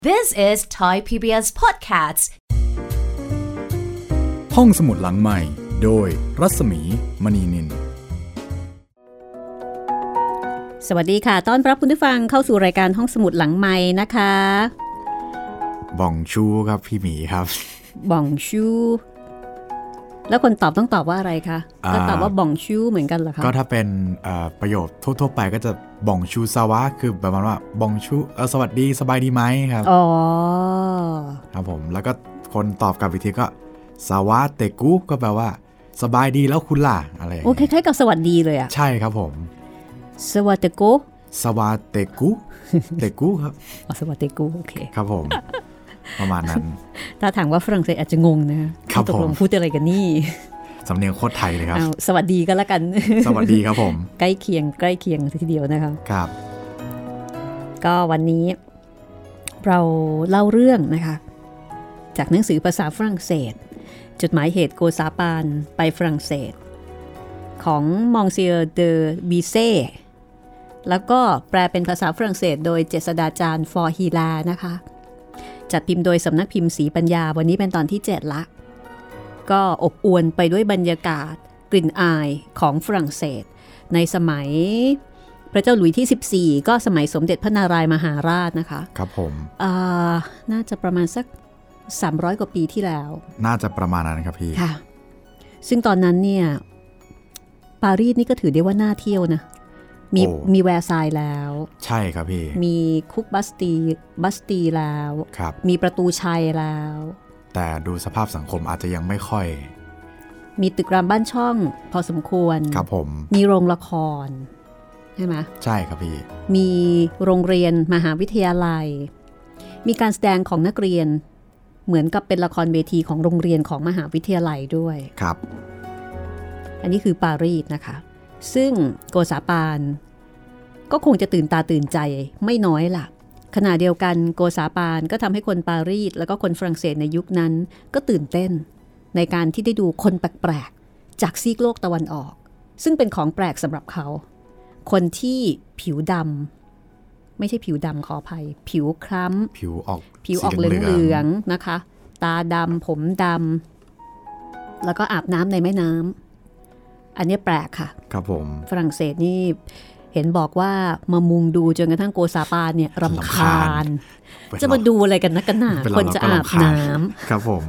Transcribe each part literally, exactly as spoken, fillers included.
This is Thai พี บี เอส Podcast ห้องสมุดหลังใหม่โดยรัศมีมณีนินสวัสดีค่ะต้อนรับคุณผู้ฟังเข้าสู่รายการห้องสมุดหลังใหม่นะคะบ่องชูครับพี่หมีครับบ่องชูแล้วคนตอบต้องตอบว่าอะไรคะก็ตอบว่าบ่องชูเหมือนกันเหรอคะก็ถ้าเป็นประโยคทั่วๆไปก็จะบ่องชูซาวะคือประมาณว่าบ่องชูเออสวัสดีสบายดีไหมครับอ๋อครับผมแล้วก็คนตอบกลับอีกทีก็สวะเตกุก็แปลว่าสบายดีแล้วคุณล่ะอะไรโอ้คล้ายๆกับสวัสดีเลยอ่ะใช่ครับผมสวัสดีกุสวัสดีกุเตกุครับอ๋อสวัสดีกุโอเคครับผมประมาณนั้นถ้าถามว่าฝรั่งเศสอาจจะงงนะครับตกลงพูดอะไรกันนี่สำเนียงโคตรไทยเลยครับสวัสดีก็แล้วกันสวัสดีครับผมใกล้เคียงใกล้เคียงทีเดียวนะคะครับก็วันนี้เราเล่าเรื่องนะคะจากหนังสือภาษาฝรั่งเศสจดหมายเหตุโกซาปานไปฝรั่งเศสของมองเซียร์เดอบีเซ่แล้วก็แปลเป็นภาษาฝรั่งเศสโดยเจษฎาจารย์ฟอร์ฮีลานะคะจัดพิมพ์โดยสำนักพิมพ์ศรีปัญญาวันนี้เป็นตอนที่เจ็ดละก็อบอวลไปด้วยบรรยากาศกลิ่นอายของฝรั่งเศสในสมัยพระเจ้าหลุยส์ที่สิบสี่ก็สมัยสมเด็จพระนารายมหาราชนะคะครับผมอ่าน่าจะประมาณสักสามร้อยกว่าปีที่แล้วน่าจะประมาณนั้นครับพี่ค่ะซึ่งตอนนั้นเนี่ยปารีสนี่ก็ถือได้ว่าน่าเที่ยวนะมีมีแวร์ซายน์แล้วใช่ครับพี่มีคุกบัสตีบัสตีแล้วมีประตูชัยแล้วแต่ดูสภาพสังคมอาจจะยังไม่ค่อยมีตึกรามบ้านช่องพอสมควรครับผมมีโรงละครใช่ไหมใช่ครับพี่มีโรงเรียนมหาวิทยาลัยมีการแสดงของนักเรียนเหมือนกับเป็นละครเวทีของโรงเรียนของมหาวิทยาลัยด้วยครับอันนี้คือปารีสนะคะซึ่งโกซาปานก็คงจะตื่นตาตื่นใจไม่น้อยล่ะขณะเดียวกันโกซาปานก็ทำให้คนปารีสแล้วก็คนฝรั่งเศสในยุคนั้นก็ตื่นเต้นในการที่ได้ดูคนแปลกๆจากซีกโลกตะวันออกซึ่งเป็นของแปลกสำหรับเขาคนที่ผิวดำไม่ใช่ผิวดำขออภัยผิวคล้ำผิวออกผิวออกเหลืองๆนะคะตาดำผมดำแล้วก็อาบน้ำในแม่น้ำอันนี้แปลกค่ะครับผมฝรั่งเศสนี่เห็นบอกว่ามามุงดูจนกระทั่งโกซาปานเนี่ยรำคาญจะมาดูอะไรกันนักกันหนาคนจะอาบน้ำครับผม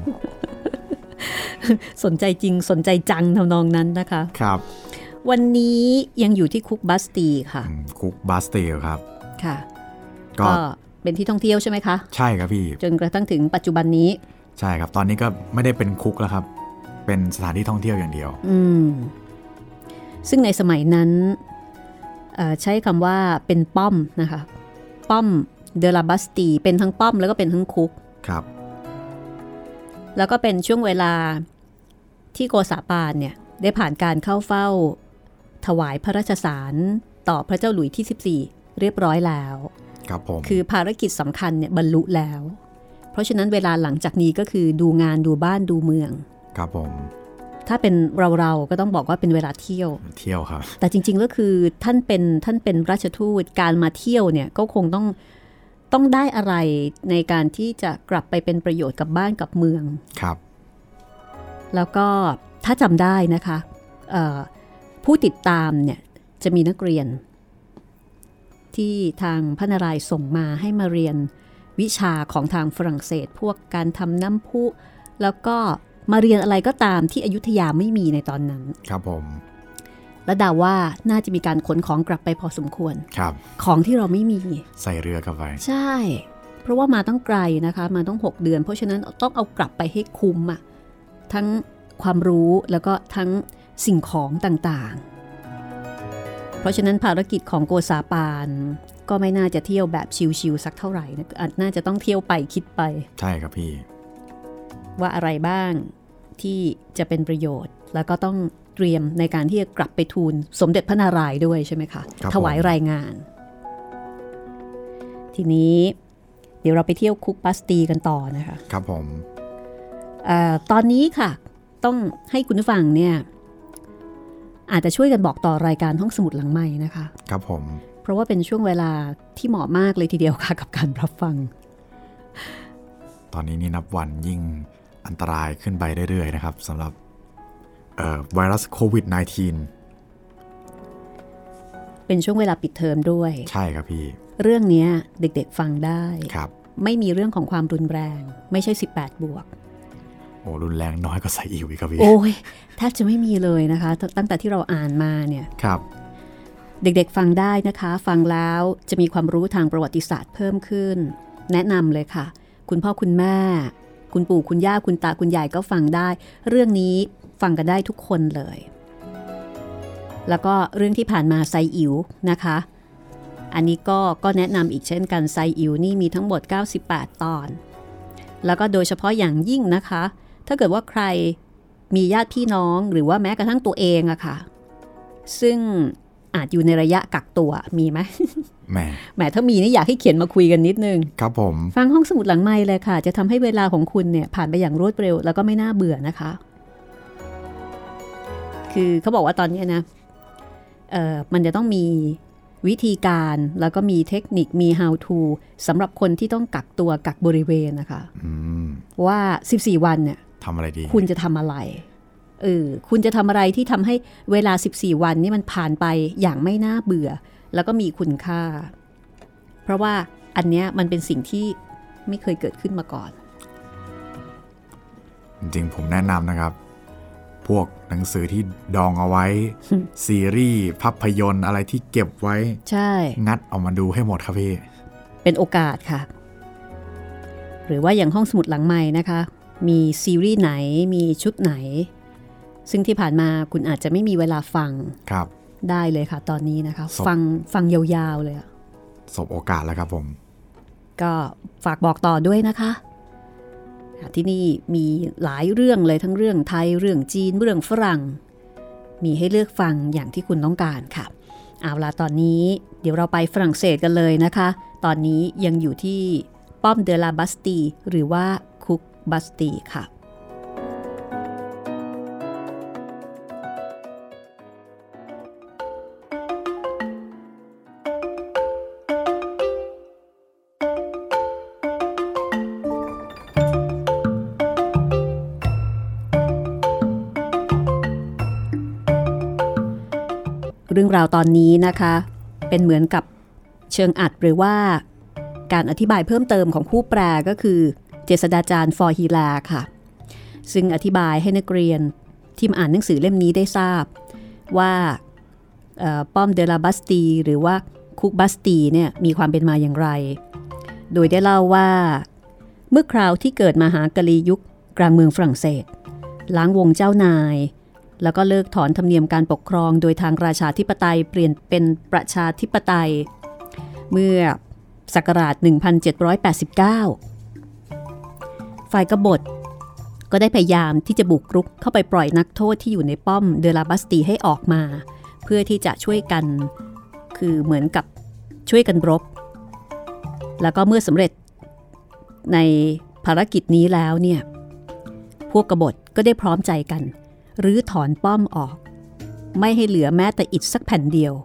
สนใจจริงสนใจจังทำนองนั้นนะคะครับวันนี้ยังอยู่ที่คุกบัสตีค่ะคุกบัสตีครับค่ะก็เป็นที่ท่องเที่ยวใช่ไหมคะใช่ครับพี่จนกระทั่งถึงปัจจุบันนี้ใช่ครับตอนนี้ก็ไม่ได้เป็นคุกแล้วครับเป็นสถานที่ท่องเที่ยวอย่างเดียวอืมซึ่งในสมัยนั้นใช้คำว่าเป็นป้อมนะคะป้อมเดลาบัสตีเป็นทั้งป้อมแล้วก็เป็นทั้งคุกครับแล้วก็เป็นช่วงเวลาที่โกซาปานเนี่ยได้ผ่านการเข้าเฝ้าถวายพระราชสารต่อพระเจ้าหลุยส์ที่สิบสี่เรียบร้อยแล้วครับผมคือภารกิจสำคัญเนี่ยบรรลุแล้วเพราะฉะนั้นเวลาหลังจากนี้ก็คือดูงานดูบ้านดูเมืองครับผมถ้าเป็นเราๆก็ต้องบอกว่าเป็นเวลาเที่ยวเที่ยวครับแต่จริงๆก็คือท่านเป็นท่านเป็นราชทูตการมาเที่ยวเนี่ยก็คงต้องต้องได้อะไรในการที่จะกลับไปเป็นประโยชน์กับบ้านกับเมืองครับแล้วก็ถ้าจำได้นะคะผู้ติดตามเนี่ยจะมีนักเรียนที่ทางพระนารายณ์ส่งมาให้มาเรียนวิชาของทางฝรั่งเศสพวกการทำน้ำพุแล้วก็มาเรียนอะไรก็ตามที่อยุธยาไม่มีในตอนนั้นครับผมและเดาว่าน่าจะมีการขนของกลับไปพอสมควรครับของที่เราไม่มีใส่เรือกลับไปใช่เพราะว่ามาต้องไกลนะคะมาต้องหกเดือนเพราะฉะนั้นต้องเอากลับไปให้คุ้มอ่ะทั้งความรู้แล้วก็ทั้งสิ่งของต่างๆเพราะฉะนั้นภารกิจของโกซาปานก็ไม่น่าจะเที่ยวแบบชิลๆสักเท่าไหร่นะน่าจะต้องเที่ยวไปคิดไปใช่ครับพี่ว่าอะไรบ้างที่จะเป็นประโยชน์แล้วก็ต้องเตรียมในการที่จะกลับไปทูลสมเด็จพระนารายณ์ด้วยใช่ไหมคะถวายรายงานทีนี้เดี๋ยวเราไปเที่ยวคุกบัสตีกันต่อนะคะครับผมเอ่อตอนนี้ค่ะต้องให้คุณผู้ฟังเนี่ยอาจจะช่วยกันบอกต่อรายการห้องสมุดหลังใหม่นะคะครับผมเพราะว่าเป็นช่วงเวลาที่เหมาะมากเลยทีเดียวค่ะกับการรับฟังตอนนี้นี่นับวันยิ่งอันตรายขึ้นไปเรื่อยๆนะครับสำหรับไวรัสโควิด สิบเก้าเป็นช่วงเวลาปิดเทอมด้วยใช่ครับพี่เรื่องนี้เด็กๆฟังได้ครับไม่มีเรื่องของความรุนแรงไม่ใช่สิบแปดบวกโอ้รุนแรงน้อยกว่าไซอิ๋วอีกครับพี่โอ้ยแทบจะไม่มีเลยนะคะตั้งแต่ที่เราอ่านมาเนี่ยครับเด็กๆฟังได้นะคะฟังแล้วจะมีความรู้ทางประวัติศาสตร์เพิ่มขึ้นแนะนำเลยค่ะคุณพ่อคุณแม่คุณปู่คุณย่าคุณตาคุณยายก็ฟังได้เรื่องนี้ฟังกันได้ทุกคนเลยแล้วก็เรื่องที่ผ่านมาไซอิ๋วนะคะอันนี้ก็ก็แนะนำอีกเช่นกันไซอิ๋วนี่มีทั้งหมดเก้าสิบแปดตอนแล้วก็โดยเฉพาะอย่างยิ่งนะคะถ้าเกิดว่าใครมีญาติพี่น้องหรือว่าแม้กระทั่งตัวเองอะค่ะซึ่งอาจอยู่ในระยะกักตัวมีไหมแหมแหมถ้ามีนี่อยากให้เขียนมาคุยกันนิดนึงครับผมฟังห้องสมุดหลังไมค์เลยค่ะจะทำให้เวลาของคุณเนี่ยผ่านไปอย่างรวดเร็วแล้วก็ไม่น่าเบื่อนะคะคือเขาบอกว่าตอนนี้นะเอ่อมันจะต้องมีวิธีการแล้วก็มีเทคนิคมี how to สำหรับคนที่ต้องกักตัวกักบริเวณนะคะว่าสิบสี่วันเนี่ยทำอะไรดีคุณจะทำอะไรเออคุณจะทำอะไรที่ทำให้เวลาสิบสี่วันนี้มันผ่านไปอย่างไม่น่าเบื่อแล้วก็มีคุณค่าเพราะว่าอันเนี้ยมันเป็นสิ่งที่ไม่เคยเกิดขึ้นมาก่อนจริงๆผมแนะนำนะครับพวกหนังสือที่ดองเอาไว้ ซีรีส์ภาพยนตร์อะไรที่เก็บไว้ใช่งัดเอามาดูให้หมดครับพี่เป็นโอกาสค่ะหรือว่าอย่างห้องสมุดหลังใหม่นะคะมีซีรีส์ไหนมีชุดไหนซึ่งที่ผ่านมาคุณอาจจะไม่มีเวลาฟังครับได้เลยค่ะตอนนี้นะคะฟังฟังยาวๆเลยสบโอกาสแล้วครับผมก็ฝากบอกต่อด้วยนะคะที่นี่มีหลายเรื่องเลยทั้งเรื่องไทยเรื่องจีนเรื่องฝรั่งมีให้เลือกฟังอย่างที่คุณต้องการค่ะเอาล่ะตอนนี้เดี๋ยวเราไปฝรั่งเศสกันเลยนะคะตอนนี้ยังอยู่ที่ป้อมเดลาบัสตีหรือว่าคุกบัสตีค่ะเรื่องราวตอนนี้นะคะเป็นเหมือนกับเชิงอัดหรือว่าการอธิบายเพิ่มเติมของผู้แปลก็คือเจษฎาจารย์ฟอร์ฮีลาค่ะซึ่งอธิบายให้นักเรียนที่มาอ่านหนังสือเล่มนี้ได้ทราบว่าป้อมเดลาบัสตีหรือว่าคุกบัสตีเนี่ยมีความเป็นมาอย่างไรโดยได้เล่าว่าเมื่อคราวที่เกิดมหากลียุคกลางเมืองฝรั่งเศสล้างวงเจ้านายแล้วก็เลิกถอนธรรมเนียมการปกครองโดยทางราชาธิปไตยเปลี่ยนเป็นประชาธิปไตยเมื่อศักราชหนึ่งพันเจ็ดร้อยแปดสิบเก้าฝ่ายกบฏก็ได้พยายามที่จะบุกรุกเข้าไปปล่อยนักโทษที่อยู่ในป้อมเดลาบัสตีให้ออกมาเพื่อที่จะช่วยกันคือเหมือนกับช่วยกันรบแล้วก็เมื่อสำเร็จในภารกิจนี้แล้วเนี่ยพวกกบฏก็ได้พร้อมใจกันหรือถอนป้อมออกไม่ให้เหลือแม้แต่อิฐสักแผ่นเดียว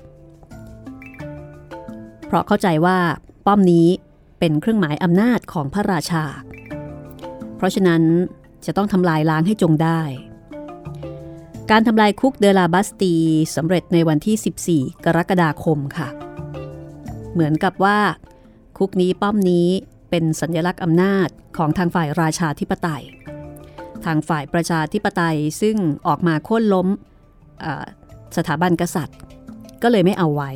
เพราะเข้าใจว่าป้อมนี้เป็นเครื่องหมายอำนาจของพระราชาเพราะฉะนั้นจะต้องทำลายล้างให้จงได้การทำลายคุกเดลาบัสตีสำเร็จในวันที่สิบสี่กรกฎาคมค่ะเหมือนกับว่าคุกนี้ป้อมนี้เป็นสัญลักษณ์อำนาจของทางฝ่ายราชาธิปไตยทางฝ่ายประชาธิปไตยซึ่งออกมาโค่นล้มสถาบันกษัตริย์ก็เลยไม่เอาไว้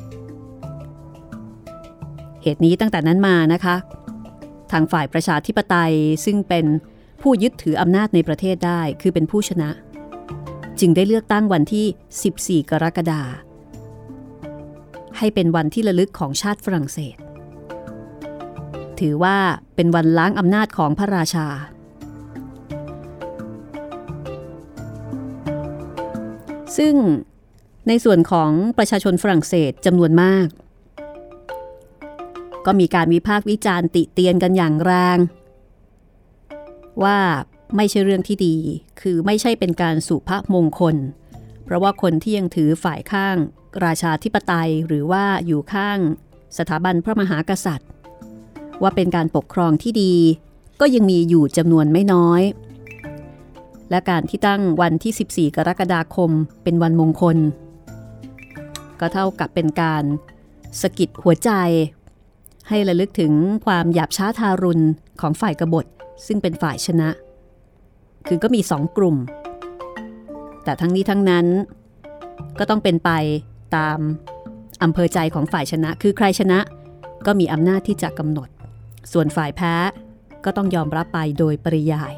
เหตุนี้ตั้งแต่นั้นมานะคะทางฝ่ายประชาธิปไตยซึ่งเป็นผู้ยึดถืออำนาจในประเทศได้คือเป็นผู้ชนะจึงได้เลือกตั้งวันที่สิบสี่กรกฎาคมให้เป็นวันที่ระลึกของชาติฝรั่งเศสถือว่าเป็นวันล้างอำนาจของพระราชาซึ่งในส่วนของประชาชนฝรั่งเศสจำนวนมากก็มีการวิพากษ์วิจารณ์ติเตียนกันอย่างแรงว่าไม่ใช่เรื่องที่ดีคือไม่ใช่เป็นการสุภมงคลเพราะว่าคนที่ยังถือฝ่ายข้างราชาธิปไตยหรือว่าอยู่ข้างสถาบันพระมหากษัตริย์ว่าเป็นการปกครองที่ดีก็ยังมีอยู่จำนวนไม่น้อยและการที่ตั้งวันที่สิบสี่กรกฎาคมเป็นวันมงคลก็เท่ากับเป็นการสะกิดหัวใจให้ระลึกถึงความหยาบช้าทารุณของฝ่ายกบฏซึ่งเป็นฝ่ายชนะคือก็มีสองกลุ่มแต่ทั้งนี้ทั้งนั้นก็ต้องเป็นไปตามอำเภอใจของฝ่ายชนะคือใครชนะก็มีอำนาจที่จะกำหนดส่วนฝ่ายแพ้ก็ต้องยอมรับไปโดยปริยาย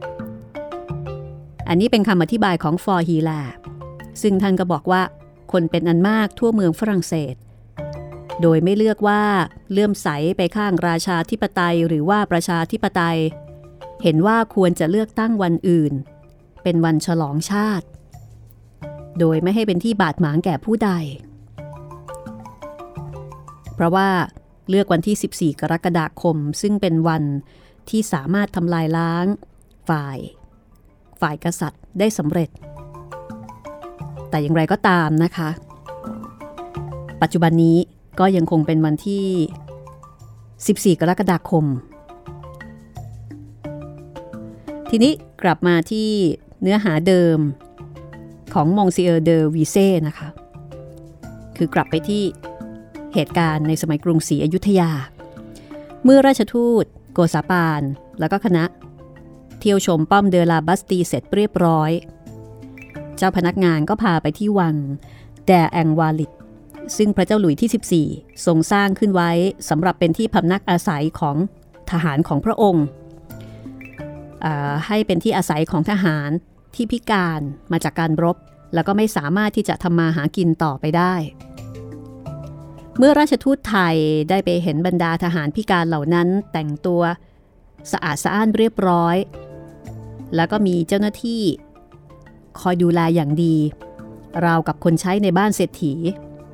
อันนี้เป็นคำอธิบายของฟอร์ฮีแลซึ่งท่านก็บอกว่าคนเป็นอันมากทั่วเมืองฝรั่งเศสโดยไม่เลือกว่าเลื่อมใสไปข้างราชาธิปไตยหรือว่าประชาธิปไตยเห็นว่าควรจะเลือกตั้งวันอื่นเป็นวันฉลองชาติโดยไม่ให้เป็นที่บาดหมางแก่ผู้ใดเพราะว่าเลือกวันที่สิบสี่กรกฎาคมซึ่งเป็นวันที่สามารถทำลายล้างฝ่ายฝ่ายกษัตริย์ได้สำเร็จแต่อย่างไรก็ตามนะคะปัจจุบันนี้ก็ยังคงเป็นวันที่สิบสี่กรกฎาคมทีนี้กลับมาที่เนื้อหาเดิมของมองซิเออร์เดอวีเซ่นะคะคือกลับไปที่เหตุการณ์ในสมัยกรุงศรีอยุธยาเมื่อราชทูตโกษาปานแล้วก็คณะเที่ยวชมป้อมเดอลาบัสตีเสร็จเรียบร้อยเจ้าพนักงานก็พาไปที่วังแดแองวาลิดซึ่งพระเจ้าหลุยที่สิบสี่ทรงสร้างขึ้นไว้สำหรับเป็นที่พำนักอาศัยของทหารของพระองค์ให้เป็นที่อาศัยของทหารที่พิการมาจากการรบแล้วก็ไม่สามารถที่จะทำมาหากินต่อไปได้เมื่อราชทูตไทยได้ไปเห็นบรรดาทหารพิการเหล่านั้นแต่งตัวสะอาดสะอ้านเรียบร้อยแล้วก็มีเจ้าหน้าที่คอยดูแลอย่างดีราวกับคนใช้ในบ้านเศรษฐี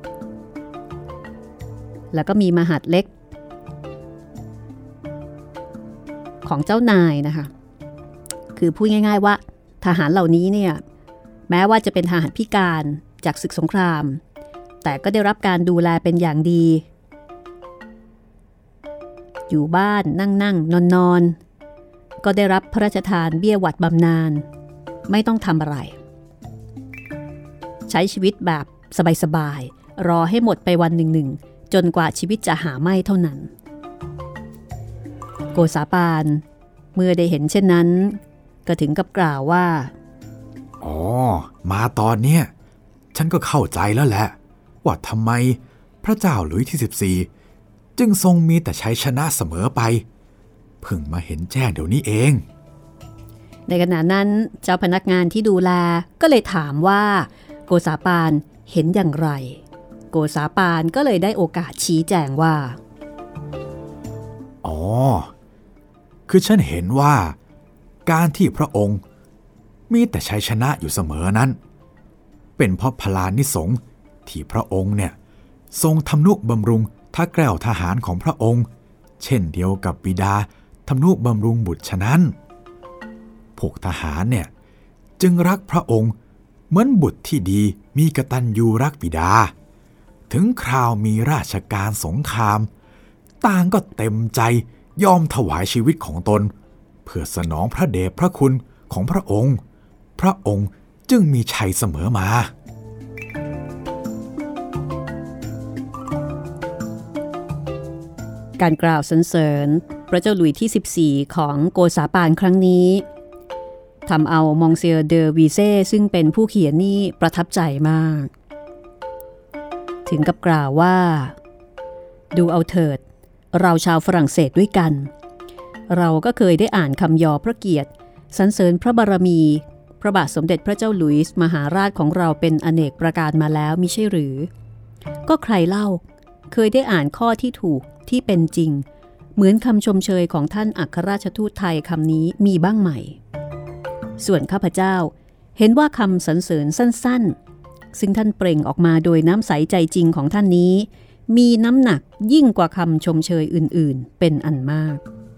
แล้วก็มีมหาดเล็กของเจ้านายนะคะคือพูดง่ายๆว่าทหารเหล่านี้เนี่ยแม้ว่าจะเป็นทหารพิการจากศึกสงครามแต่ก็ได้รับการดูแลเป็นอย่างดีอยู่บ้านนั่งนั่งนอนนอนก็ได้รับพระราชทานเบี้ยหวัดบำนาญไม่ต้องทำอะไรใช้ชีวิตแบบสบายๆรอให้หมดไปวันหนึ่งๆจนกว่าชีวิตจะหาไม่เท่านั้นโกษาปานเมื่อได้เห็นเช่นนั้นก็ถึงกับกล่าวว่าอ๋อมาตอนเนี้ยฉันก็เข้าใจแล้วแหละว่าทำไมพระเจ้าหลุยที่สิบสี่จึงทรงมีแต่ชัยชนะเสมอไปเพิ่งมาเห็นแจ้งเดี๋ยวนี้เองในขณะนั้นเจ้าพนักงานที่ดูแลก็เลยถามว่าโกษาปานเห็นอย่างไรโกษาปานก็เลยได้โอกาสชี้แจงว่าอ๋อคือฉันเห็นว่าการที่พระองค์มีแต่ชัยชนะอยู่เสมอนั้นเป็นเพราะพลานิสงส์ที่พระองค์เนี่ยทรงทำนุบำรุงท่าแกล้วทหารของพระองค์เช่นเดียวกับบิดาทำนุบำรุงบุตรฉะนั้นพวกทหารเนี่ยจึงรักพระองค์เหมือนบุตรที่ดีมีกตัญญูรักบิดาถึงคราวมีราชการสงครามต่างก็เต็มใจยอมถวายชีวิตของตนเพื่อสนองพระเดชพระคุณของพระองค์พระองค์จึงมีชัยเสมอมาการกล่าวสรรเสริญพระเจ้าหลุยที่สิบสี่ของโกษาปานครั้งนี้ทำเอามองเซียเดอวีเซ่ซึ่งเป็นผู้เขียนนี่ประทับใจมากถึงกับกล่าวว่าดูเอาเถิดเราชาวฝรั่งเศสด้วยกันเราก็เคยได้อ่านคำยอพระเกียรติสรรเสริญพระบารมีพระบาทสมเด็จพระเจ้าหลุยส์มหาราชของเราเป็นอเนกประการมาแล้วมิใช่หรือก็ใครเล่าเคยได้อ่านข้อที่ถูกที่เป็นจริงเหมือนคำชมเชยของท่านอัครราชทูตไทยคำนี้มีบ้างไหมส่วนข้าพเจ้าเห็นว่าคำสรรเสริญสั้นๆซึ่งท่านเปล่งออกมาโดยน้ำใสใจจริงของท่านนี้มีน้ำหนักยิ่งกว่าคำชมเชยอื่นๆเป็นอันมาก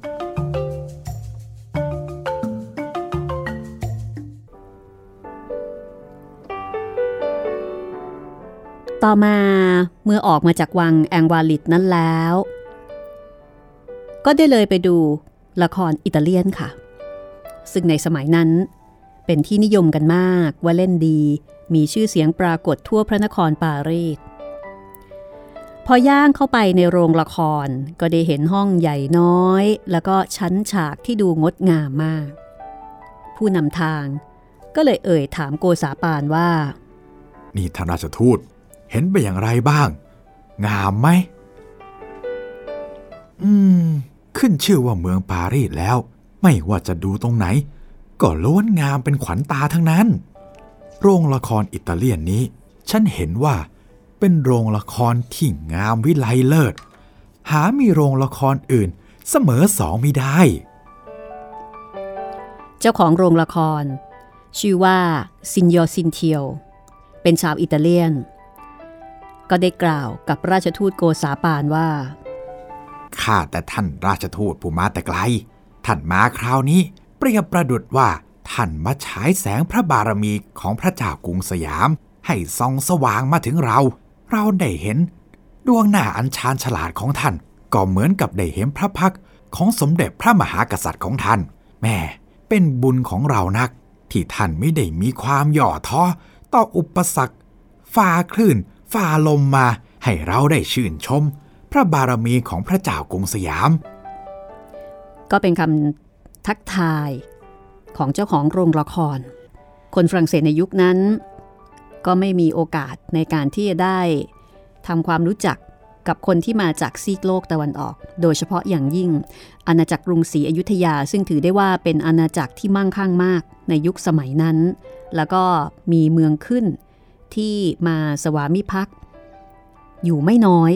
ต่อมาเมื่อออกมาจากวังแองวาลิดนั้นแล้วก็ได้เลยไปดูละครอิตาเลียนค่ะซึ่งในสมัยนั้นเป็นที่นิยมกันมากว่าเล่นดีมีชื่อเสียงปรากฏทั่วพระนครปารีสพอย่างเข้าไปในโรงละครก็ได้เห็นห้องใหญ่น้อยแล้วก็ชั้นฉากที่ดูงดงามมากผู้นำทางก็เลยเอ่ยถามโกษาปานว่านี่ท่านราชทูตเห็นไปอย่างไรบ้างงามไหมอืมขึ้นชื่อว่าเมืองปารีสแล้วไม่ว่าจะดูตรงไหนก็ล้วนงามเป็นขวัญตาทั้งนั้นโรงละครอิตาเลียนนี้ฉันเห็นว่าเป็นโรงละครที่งามวิไลเลิศหามีโรงละครอื่นเสมอสองไม่ได้เจ้าของโรงละครชื่อว่าซินยอร์ซินเทียวเป็นชาวอิตาเลียนก็ได้กล่าวกับราชทูตโกษาปานว่าข้าแต่ท่านราชทูตผู้มาแต่ไกลท่านมาคราวนี้เปรียบประดุจว่าท่านมาฉายแสงพระบารมีของพระเจ้ากรุงสยามให้ส่องสว่างมาถึงเราเราได้เห็นดวงหน้าอันชาญฉลาดของท่านก็เหมือนกับได้เห็นพระพักตร์ของสมเด็จพระมหากษัตริย์ของท่านแม่เป็นบุญของเรานักที่ท่านไม่ได้มีความย่อท้อต่ออุปสรรคฝ่าคลื่นฝ่าลมมาให้เราได้ชื่นชมพระบารมีของพระเจ้ากรุงสยามก็เป็นคำทักทายของเจ้าของโรงละครคนฝรั่งเศสในยุคนั้นก็ไม่มีโอกาสในการที่จะได้ทำความรู้จักกับคนที่มาจากซีกโลกตะวันออกโดยเฉพาะอย่างยิ่งอาณาจักรกรุงศรีอยุธยาซึ่งถือได้ว่าเป็นอาณาจักรที่มั่งคั่งมากในยุคสมัยนั้นแล้วก็มีเมืองขึ้นที่มาสวามิภักดิ์อยู่ไม่น้อย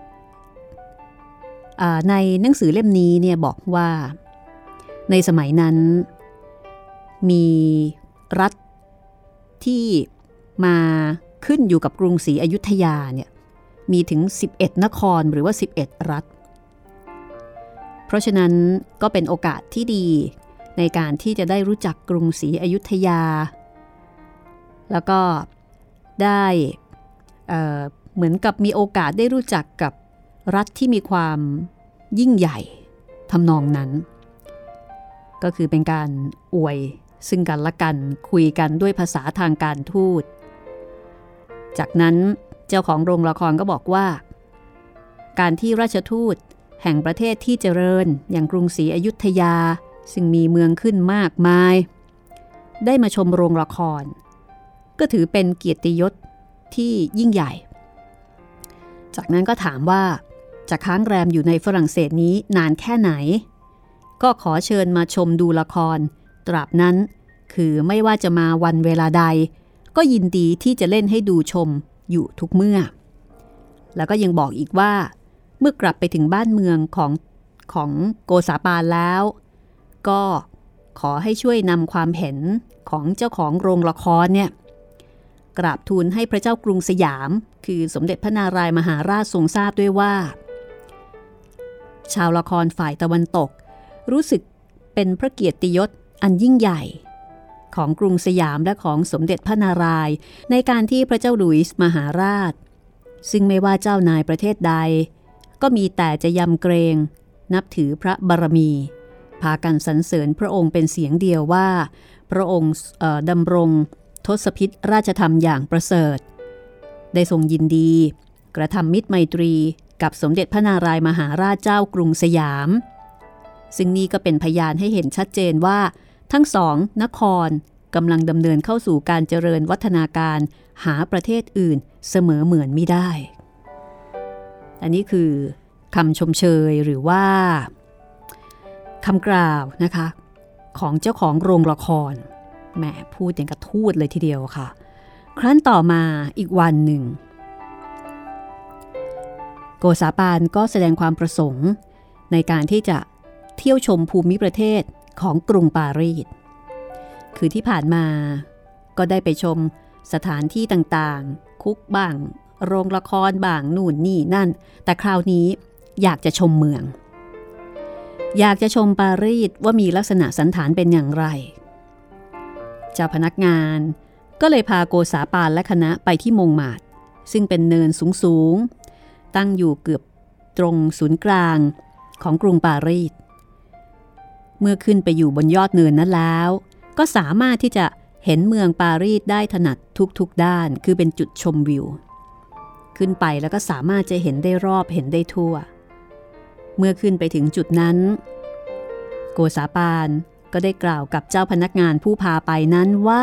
ในหนังสือเล่มนี้เนี่ยบอกว่าในสมัยนั้นมีรัฐที่มาขึ้นอยู่กับกรุงศรีอยุธยาเนี่ยมีถึงสิบเอ็ดนครหรือว่าสิบเอ็ดรัฐเพราะฉะนั้นก็เป็นโอกาสที่ดีในการที่จะได้รู้จักกรุงศรีอยุธยาแล้วก็ได้เอ่อเหมือนกับมีโอกาสได้รู้จักกับรัฐที่มีความยิ่งใหญ่ทำนองนั้นก็คือเป็นการอวยซึ่งกันและกันคุยกันด้วยภาษาทางการทูตจากนั้นเจ้าของโรงละครก็บอกว่าการที่ราชทูตแห่งประเทศที่เจริญอย่างกรุงศรีอยุธยาซึ่งมีเมืองขึ้นมากมายได้มาชมโรงละครก็ถือเป็นเกียรติยศที่ยิ่งใหญ่จากนั้นก็ถามว่าจะค้างแรมอยู่ในฝรั่งเศสนี้นานแค่ไหนก็ขอเชิญมาชมดูละครตราบนั้นคือไม่ว่าจะมาวันเวลาใดก็ยินดีที่จะเล่นให้ดูชมอยู่ทุกเมื่อแล้วก็ยังบอกอีกว่าเมื่อกลับไปถึงบ้านเมืองของของโกษาปานแล้วก็ขอให้ช่วยนำความเห็นของเจ้าของโรงละครเนี่ยกราบทูลให้พระเจ้ากรุงสยามคือสมเด็จพระนารายมหาราชทรงทราบด้วยว่าชาวละครฝ่ายตะวันตกรู้สึกเป็นพระเกียรติยศอันยิ่งใหญ่ของกรุงสยามและของสมเด็จพระนารายณ์ในการที่พระเจ้าหลุยส์มหาราชซึ่งไม่ว่าเจ้านายประเทศใดก็มีแต่จะยำเกรงนับถือพระบารมีพากันสรรเสริญพระองค์เป็นเสียงเดียวว่าพระองค์ดำรงทศพิธราชธรรมอย่างประเสริฐได้ทรงยินดีกระทำมิตรไมตรีกับสมเด็จพระนารายณ์มหาราชเจ้ากรุงสยามซึ่งนี่ก็เป็นพยานให้เห็นชัดเจนว่าทั้งสองนครกำลังดำเนินเข้าสู่การเจริญวัฒนาการหาประเทศอื่นเสมอเหมือนไม่ได้อันนี้คือคำชมเชยหรือว่าคำกล่าวนะคะของเจ้าของโรงละครแหมพูดอย่างกระทูดเลยทีเดียวค่ะครั้นต่อมาอีกวันหนึ่งโกษาปานก็แสดงความประสงค์ในการที่จะเที่ยวชมภูมิประเทศของกรุงปารีสคือที่ผ่านมาก็ได้ไปชมสถานที่ต่างๆคุกบ้างโรงละครบ้างนู่นนี่นั่นแต่คราวนี้อยากจะชมเมืองอยากจะชมปารีสว่ามีลักษณะสันฐานเป็นอย่างไรเจ้าพนักงานก็เลยพาโกษาปานและคณะไปที่มงมาดซึ่งเป็นเนินสูงๆตั้งอยู่เกือบตรงศูนย์กลางของกรุงปารีสเมื่อขึ้นไปอยู่บนยอดเนินนั้นแล้วก็สามารถที่จะเห็นเมืองปารีสได้ถนัดทุกๆด้านคือเป็นจุดชมวิวขึ้นไปแล้วก็สามารถจะเห็นได้รอบเห็นได้ทั่วเมื่อขึ้นไปถึงจุดนั้นโกษาปานก็ได้กล่าวกับเจ้าพนักงานผู้พาไปนั้นว่า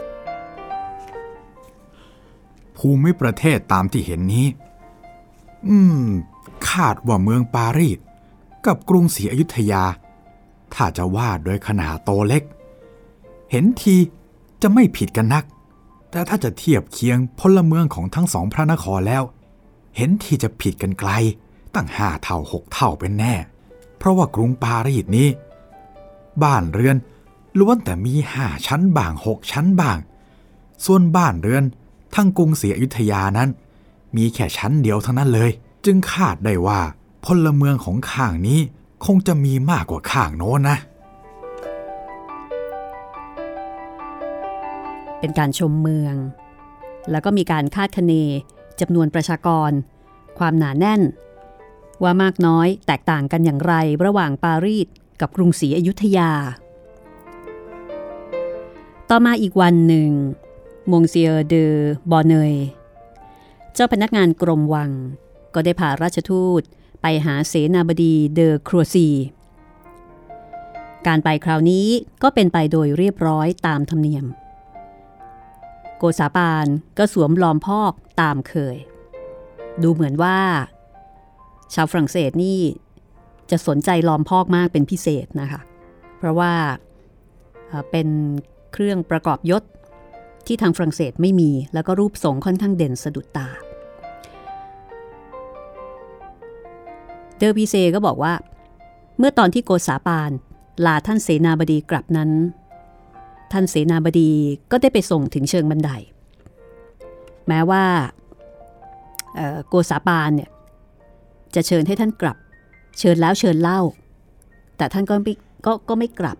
ภูมิประเทศตามที่เห็นนี้อืมคาดว่าเมืองปารีสกับกรุงศรีอยุธยาถ้าจะวาดโดยขนาดโตเล็กเห็นทีจะไม่ผิดกันนักแต่ถ้าจะเทียบเคียงพลเมืองของทั้งสองพระนครแล้วเห็นทีจะผิดกันไกลตั้งห้าเท่าหกเท่าเป็นแน่เพราะว่ากรุงปารีสนี้บ้านเรือนล้วนแต่มีห้าชั้นบ้างหกชั้นบ้างส่วนบ้านเรือนทั้งกรุงศรีอยุธยานั้นมีแค่ชั้นเดียวทั้งนั้นเลยจึงคาดได้ว่าพลเมืองของข้างนี้คงจะมีมากกว่าข้างโน้นนะเป็นการชมเมืองแล้วก็มีการคาดคะเนจำนวนประชากรความหนาแน่นว่ามากน้อยแตกต่างกันอย่างไรระหว่างปารีสกับกรุงศรีอยุธยาต่อมาอีกวันหนึ่งมงเซียเดอบอเนยเจ้าพนักงานกรมวังก็ได้พาราชทูตไปหาเสนาบดีเดอครัวซีการไปคราวนี้ก็เป็นไปโดยเรียบร้อยตามธรรมเนียมโกษาปานก็สวมล้อมพอกตามเคยดูเหมือนว่าชาวฝรั่งเศสนี่จะสนใจล้อมพอกมากเป็นพิเศษนะคะเพราะว่าเป็นเครื่องประกอบยศที่ทางฝรั่งเศสไม่มีแล้วก็รูปทรงค่อนข้างเด่นสะดุดตาเดอพิเซก็บอกว่าเมื่อตอนที่โกษาปานลาท่านเสนาบดีกลับนั้นท่านเสนาบดีก็ได้ไปส่งถึงเชิงบันไดแม้ว่าโกษาปานเนี่ยจะเชิญให้ท่านกลับเชิญแล้วเชิญเล่าแต่ท่านก็ไม่ก็ก็ไม่กลับ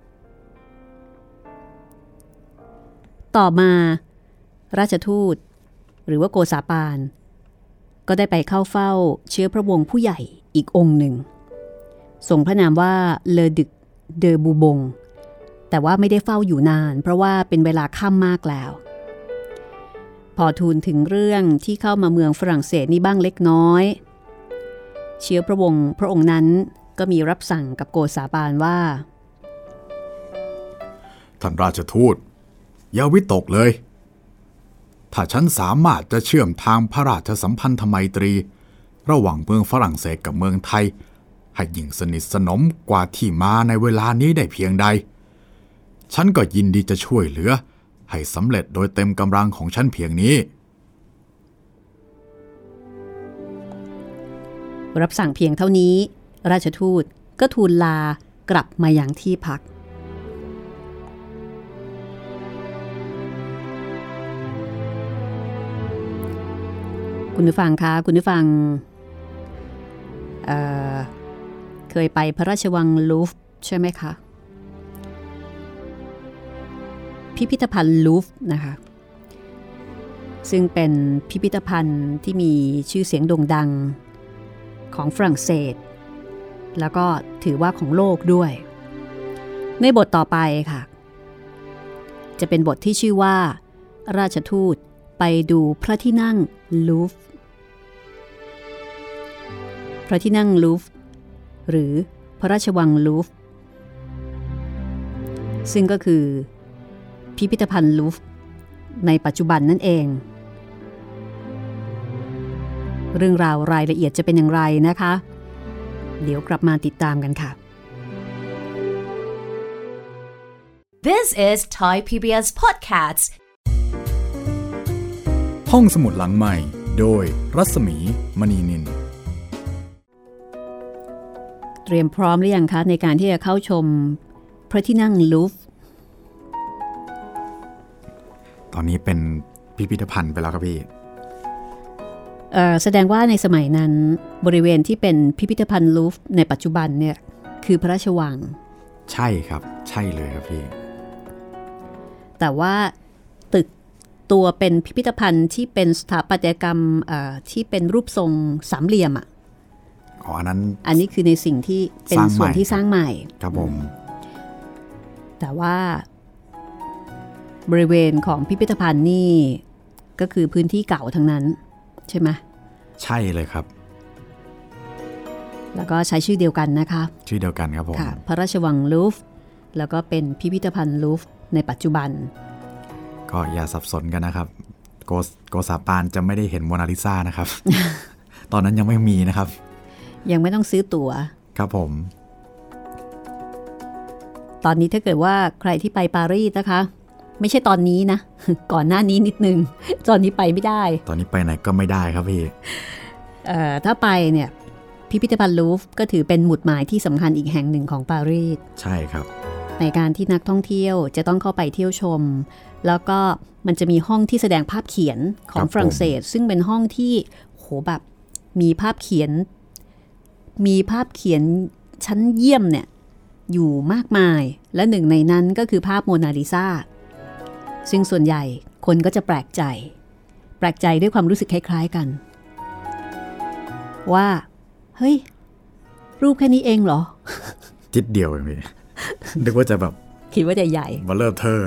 ต่อมาราชทูตหรือว่าโกษาปานก็ได้ไปเข้าเฝ้าเชื้อพระวงศ์ผู้ใหญ่อีกองค์หนึ่งทรงพระนามว่าเลอดึกเดอบูบงแต่ว่าไม่ได้เฝ้าอยู่นานเพราะว่าเป็นเวลาค่ำมากแล้วพอทูลถึงเรื่องที่เข้ามาเมืองฝรั่งเศสนี่บ้างเล็กน้อยเชื้อพระวงศ์พระองค์นั้นก็มีรับสั่งกับโกษาปานว่าท่านราชทูตอย่าวิตกเลยถ้าฉันสามารถจะเชื่อมทางพระราชสัมพันธไมตรีระหว่างเมืองฝรั่งเศสกับเมืองไทยให้ยิ่งสนิทสนมกว่าที่มาในเวลานี้ได้เพียงใดฉันก็ยินดีจะช่วยเหลือให้สำเร็จโดยเต็มกำลังของฉันเพียงนี้รับสั่งเพียงเท่านี้ราชทูตก็ทูลลากลับมายังที่พักคุณผู้ฟังคะคุณผู้ฟัง เอ่อ เคยไปพระราชวังลูฟร์ใช่ไหมคะพิพิธภัณฑ์ลูฟร์นะคะซึ่งเป็นพิพิธภัณฑ์ที่มีชื่อเสียงโด่งดังของฝรั่งเศสแล้วก็ถือว่าของโลกด้วยในบทต่อไปค่ะจะเป็นบทที่ชื่อว่าราชทูตไปดูพระที่นั่งลูฟร์พระที่นั่งลูฟร์หรือพระราชวังลูฟร์ซึ่งก็คือพิพิธภัณฑ์ลูฟร์ในปัจจุบันนั่นเองเรื่องราวรายละเอียดจะเป็นอย่างไรนะคะเดี๋ยวกลับมาติดตามกันค่ะ This is Thai พี บี เอส Podcast ห้องสมุดหลังใหม่โดยรัศมีมณีนินเตรียมพร้อมหรือยังคะในการที่จะเข้าชมพระที่นั่งลูฟร์ตอนนี้เป็นพิพิธภัณฑ์ไปแล้วครับพี่แสดงว่าในสมัยนั้นบริเวณที่เป็นพิพิธภัณฑ์ลูฟร์ในปัจจุบันเนี่ยคือพระราชวังใช่ครับใช่เลยครับพี่แต่ว่าตึกตัวเป็นพิพิธภัณฑ์ที่เป็นสถาปัตยกรรมที่เป็นรูปทรงสามเหลี่ยมอ่ะอ๋ออันนั้นอันนี้คือในสิ่งที่เป็นส่วนที่สร้างใหม่ครับผมแต่ว่าบริเวณของพิพิธภัณฑ์นี่ก็คือพื้นที่เก่าทั้งนั้นใช่ไหมใช่เลยครับแล้วก็ใช้ชื่อเดียวกันนะคะชื่อเดียวกันครับผมค่ะพระราชวังลูฟร์แล้วก็เป็นพิพิธภัณฑ์ลูฟร์ในปัจจุบันก็อย่าสับสนกันนะครับโกโกซาปานจะไม่ได้เห็นโมนาลิซานะครับ ตอนนั้นยังไม่มีนะครับยังไม่ต้องซื้อตั๋วครับผมตอนนี้ถ้าเกิดว่าใครที่ไปปารีสนะคะไม่ใช่ตอนนี้นะ ก่อนหน้านี้นิดนึงตอนนี้ไปไม่ได้ตอนนี้ไปไหนก็ไม่ได้ครับพี่เอ่อถ้าไปเนี่ยพิพิธภัณฑ์ลูฟร์ก็ถือเป็นหมุดหมายที่สำคัญอีกแห่งหนึ่งของปารีสใช่ครับในการที่นักท่องเที่ยวจะต้องเข้าไปเที่ยวชมแล้วก็มันจะมีห้องที่แสดงภาพเขียนของฝรั่งเศสซึ่งเป็นห้องที่โหแบบมีภาพเขียนมีภาพเขียนชั้นเยี่ยมเนี่ยอยู่มากมายและหนึ่งในนั้นก็คือภาพโมนาลิซาซึ่งส่วนใหญ่คนก็จะแปลกใจแปลกใจด้วยความรู้สึกคล้ายๆกันว่าเฮ้ยรูปแค่นี้เองเหรอจิตเดียวเองพี่นึกว่าจะแบบคิดว่าจะใหญ่มาเลิศเธอ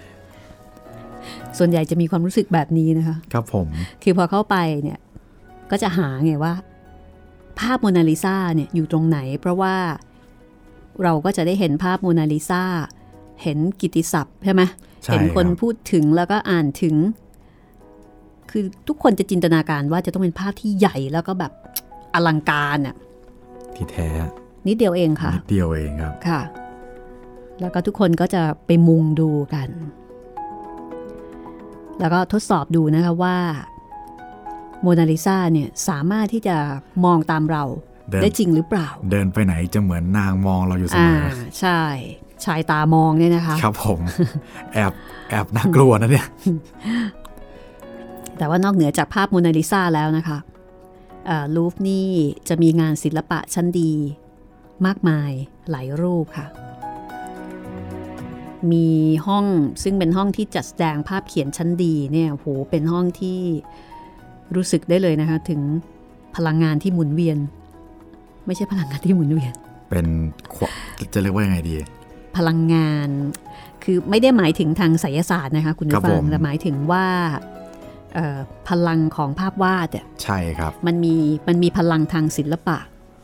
ส่วนใหญ่จะมีความรู้สึกแบบนี้นะคะครับผมคือพอเข้าไปเนี่ยก็จะหาไงว่าภาพโมนาลิซาเนี่ยอยู่ตรงไหนเพราะว่าเราก็จะได้เห็นภาพโมนาลิซาเห็นกิตติศัพท์ใช่ไหมเห็นคนพูดถึงแล้วก็อ่านถึงคือทุกคนจะจินตนาการว่าจะต้องเป็นภาพที่ใหญ่แล้วก็แบบอลังการอ่ะที่แท้นิดเดียวเองค่ะนิดเดียวเองครับค่ะแล้วก็ทุกคนก็จะไปมุงดูกันแล้วก็ทดสอบดูนะคะว่าโมนาลิซาเนี่ยสามารถที่จะมองตามเราได้จริงหรือเปล่าเดินไปไหนจะเหมือนนางมองเราอยู่เสมออ่าใช่ชายตามองเนี่ยนะคะครับผมแอบแอบน่ากลัวนะเนี่ยแต่ว่านอกเหนือจากภาพโมนาลิซาแล้วนะคะลูฟร์นี่จะมีงานศิลปะชั้นดีมากมายหลายรูปค่ะมีห้องซึ่งเป็นห้องที่จัดแสดงภาพเขียนชั้นดีเนี่ยโหเป็นห้องที่รู้สึกได้เลยนะคะถึงพลังงานที่หมุนเวียนไม่ใช่พลังงานที่หมุนเวียนเป็นจะเรียกว่ายังไงดีพลังงานคือไม่ได้หมายถึงทางไสยศาสตร์นะคะคุณผู้ฟังแต่หมายถึงว่าพลังของภาพวาดอ่ะใช่ครับมันมีมันมีพลังทางศิลปะ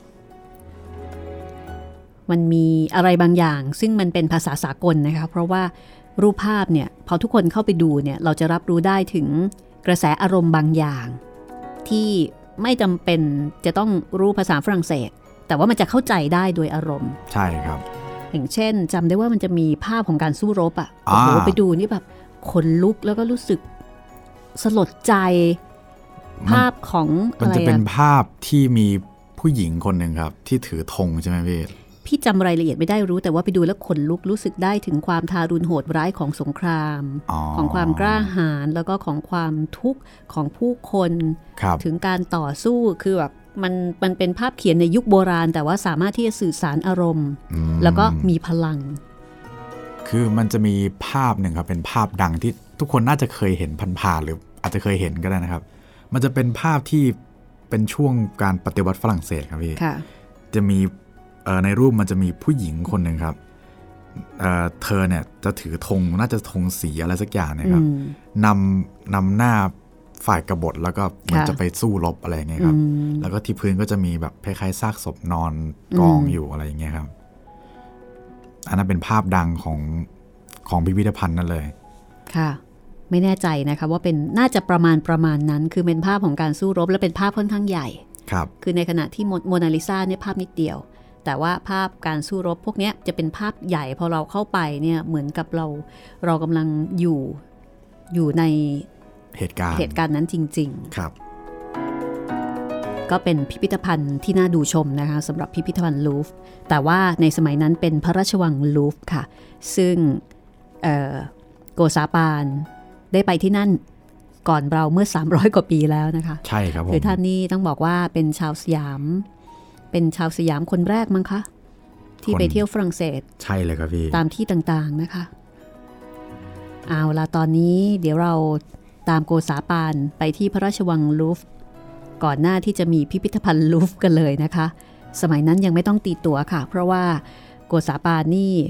มันมีอะไรบางอย่างซึ่งมันเป็นภาษาสากลนะคะเพราะว่ารูปภาพเนี่ยพอทุกคนเข้าไปดูเนี่ยเราจะรับรู้ได้ถึงกระแสอารมณ์บางอย่างที่ไม่จำเป็นจะต้องรู้ภาษาฝรั่งเศสแต่ว่ามันจะเข้าใจได้โดยอารมณ์ใช่ครับอย่างเช่นจำได้ว่ามันจะมีภาพของการสู้รบอ่ะโอ้โหไปดูนี่แบบขนลุกแล้วก็รู้สึกสลดใจภาพของมันจะเป็นภาพที่มีผู้หญิงคนหนึ่งครับที่ถือธงใช่ไหมพี่พี่จำรายละเอียดไม่ได้รู้แต่ว่าไปดูแล้วขนลุกรู้สึกได้ถึงความทารุณโหดร้ายของสงครามของความกล้าหาญแล้วก็ของความทุกข์ของผู้คนถึงการต่อสู้คือแบบมันมันเป็นภาพเขียนในยุคโบราณแต่ว่าสามารถที่จะสื่อสารอารมณ์แล้วก็มีพลังคือมันจะมีภาพหนึ่งครับเป็นภาพดังที่ทุกคนน่าจะเคยเห็นผ่านๆหรืออาจจะเคยเห็นก็ได้นะครับมันจะเป็นภาพที่เป็นช่วงการปฏิวัติฝรั่งเศสครับพี่จะมีในรูปมันจะมีผู้หญิงคนหนึ่งครับ เ, เธอเนี่ยจะถือธงน่าจะธงสีอะไรสักอย่างนะครับนำนำหน้าฝ่ายกบฏแล้วก็เหมือนจะไปสู้รบอะไรอย่างเงี้ยครับแล้วก็ที่พื้นก็จะมีแบบคล้ายๆซากศพนอนกองอยู่อะไรอย่างเงี้ยครับอันนั้นเป็นภาพดังของของพิพิธภัณฑ์นั่นเลยค่ะไม่แน่ใจนะคะว่าเป็นน่าจะประมาณประมาณนั้นคือเป็นภาพของการสู้รบและเป็นภาพค่อนข้างใหญ่ครับคือในขณะที่โมนาลิซาเนี่ยภาพนิดเดียวแต่ว่าภาพการสู้รบพวกนี้จะเป็นภาพใหญ่พอเราเข้าไปเนี่ยเหมือนกับเราเรากำลังอยู่อยู่ในเหตุการณ์เหตุการณ์นั้นจริงๆครับก็เป็นพิพิธภัณฑ์ที่น่าดูชมนะคะสำหรับพิพิธภัณฑ์ลูฟร์แต่ว่าในสมัยนั้นเป็นพระราชวังลูฟร์ค่ะซึ่งโกซาปานได้ไปที่นั่นก่อนเราเมื่อสามร้อยกว่าปีแล้วนะคะใช่ครับผมคือท่านนี้ต้องบอกว่าเป็นชาวสยามเป็นชาวสยามคนแรกมั้งคะที่ไปเที่ยวฝรั่งเศสใช่เลยครับพี่ตามที่ต่างๆนะคะเอาล่ะตอนนี้เดี๋ยวเราตามโกซาปานไปที่พระราชวังลูฟร์ก่อนหน้าที่จะมีพิพิธภัณฑ์ลูฟร์กันเลยนะคะสมัยนั้นยังไม่ต้องตีตั๋วค่ะเพราะว่าโกซาปานนี่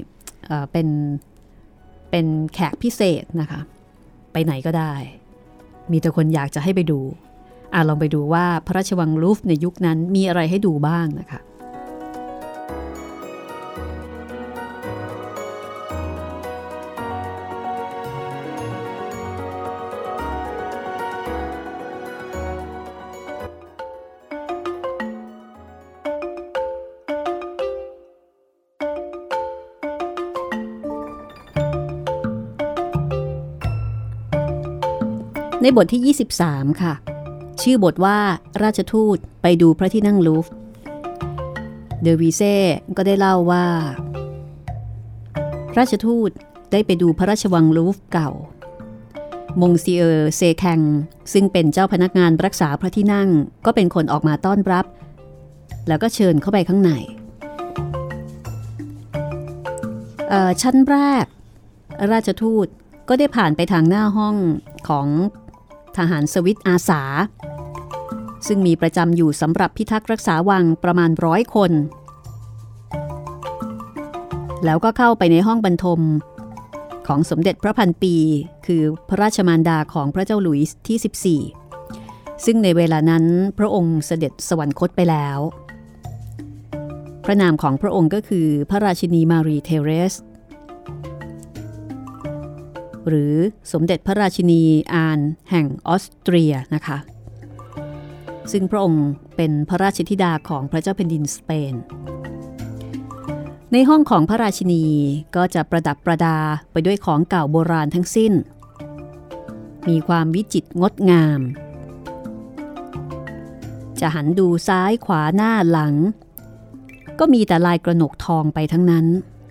เอ่อเป็นเป็นแขกพิเศษนะคะไปไหนก็ได้มีแต่คนอยากจะให้ไปดูอ่ะลองไปดูว่าพระราชวังลูฟร์ในยุคนั้นมีอะไรให้ดูบ้างนะคะในบทที่ยี่สิบสามค่ะชื่อบทว่าราชทูตไปดูพระที่นั่งลูฟร์เดอวีเซ่ก็ได้เล่าว่าราชทูตได้ไปดูพระราชวังลูฟร์เก่ามงซีเออร์เซแคงซึ่งเป็นเจ้าพนักงานรักษาพระที่นั่งก็เป็นคนออกมาต้อนรับแล้วก็เชิญเข้าไปข้างในชั้นแรกราชทูตก็ได้ผ่านไปทางหน้าห้องของทหารสวิสอาสาซึ่งมีประจำอยู่สำหรับพิทักษ์รักษาวังประมาณร้อยคนแล้วก็เข้าไปในห้องบรรทมของสมเด็จพระพันปีคือพระราชมารดาของพระเจ้าหลุยส์ที่สิบสี่ซึ่งในเวลานั้นพระองค์เสด็จสวรรคตไปแล้วพระนามของพระองค์ก็คือพระราชินีมารีเทเรสหรือสมเด็จพระราชินีอานแห่งออสเตรียนะคะซึ่งพระองค์เป็นพระราชธิดาของพระเจ้าแผ่นดินสเปนในห้องของพระราชินีก็จะประดับประดาไปด้วยของเก่าโบราณทั้งสิ้นมีความวิจิตรงดงามจะหันดูซ้ายขวาหน้าหลังก็มีแต่ลายกระหนกทองไปทั้งนั้น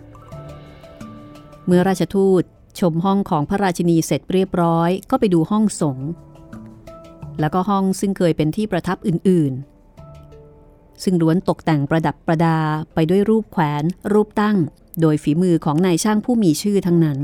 เมื่อราชทูตชมห้องของพระราชินีเสร็จเรียบร้อยก็ไปดูห้องสงฆ์แล้วก็ห้องซึ่งเคยเป็นที่ประทับอื่นๆซึ่งล้วนตกแต่งประดับประดาไปด้วยรูปแขวนรูปตั้งโดยฝีมือของนายช่างผู้มีชื่อทั้งนั้น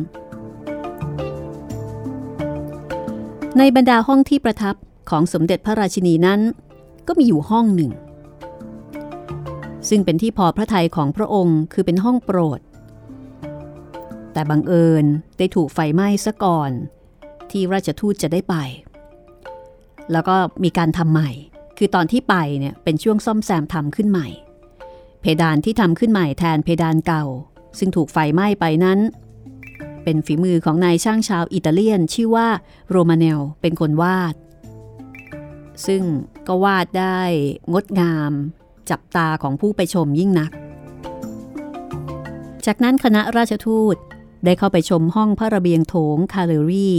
ในบรรดาห้องที่ประทับของสมเด็จพระราชินีนั้นก็มีอยู่ห้องหนึ่งซึ่งเป็นที่พอพระทัยของพระองค์คือเป็นห้องโปรดแต่บังเอิญได้ถูกไฟไหม้ซะก่อนที่ราชทูตจะได้ไปแล้วก็มีการทำใหม่คือตอนที่ไปเนี่ยเป็นช่วงซ่อมแซมทำขึ้นใหม่เพดานที่ทำขึ้นใหม่แทนเพดานเก่าซึ่งถูกไฟไหม้ไปนั้นเป็นฝีมือของนายช่างชาวอิตาเลียนชื่อว่าโรมาเนลเป็นคนวาดซึ่งก็วาดได้งดงามจับตาของผู้ไปชมยิ่งนักจากนั้นคณะราชทูตได้เข้าไปชมห้องพระระเบียงโถงคาเลรี่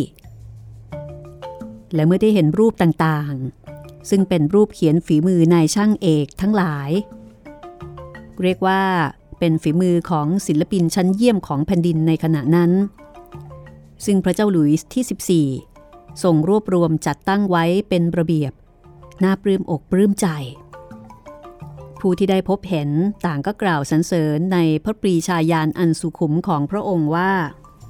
และเมื่อได้เห็นรูปต่างๆซึ่งเป็นรูปเขียนฝีมือนายช่างเอกทั้งหลายเรียกว่าเป็นฝีมือของศิลปินชั้นเยี่ยมของแผ่นดินในขณะนั้นซึ่งพระเจ้าหลุยส์ที่สิบสี่ทรงรวบรวมจัดตั้งไว้เป็นระเบียบน่าปลื้มอกปลื้มใจผู้ที่ได้พบเห็นต่างก็กล่าวสรรเสริญในพระปรีชาญาณอันสุขุมของพระองค์ว่า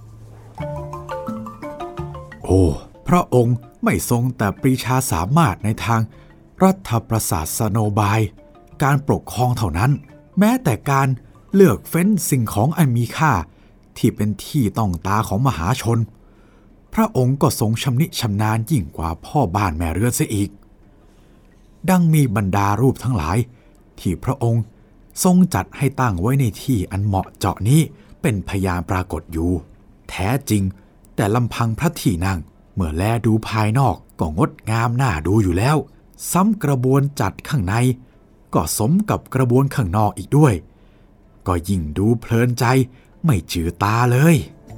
โอ้พระองค์ไม่ทรงแต่ปรีชาสามารถในทางรัฐประศาสนบายการปกครองเท่านั้นแม้แต่การเลือกเฟ้นสิ่งของอันมีค่าที่เป็นที่ต้องตาของมหาชนพระองค์ก็ทรงชำนิชำนาญยิ่งกว่าพ่อบ้านแม่เรือนเสียอีกดังมีบรรดารูปทั้งหลายที่พระองค์ทรงจัดให้ตั้งไว้ในที่อันเหมาะเจาะนี้เป็นพยานปรากฏอยู่แท้จริงแต่ลำพังพระที่นั่งเมื่อแลดูภายนอกก็งดงามน่าดูอยู่แล้วซ้ำกระบวนจัดข้างในก็สมกับกระบวนข้างนอกอีกด้วยก็ยิ่งดูเพลินใจไม่จืดตาเลย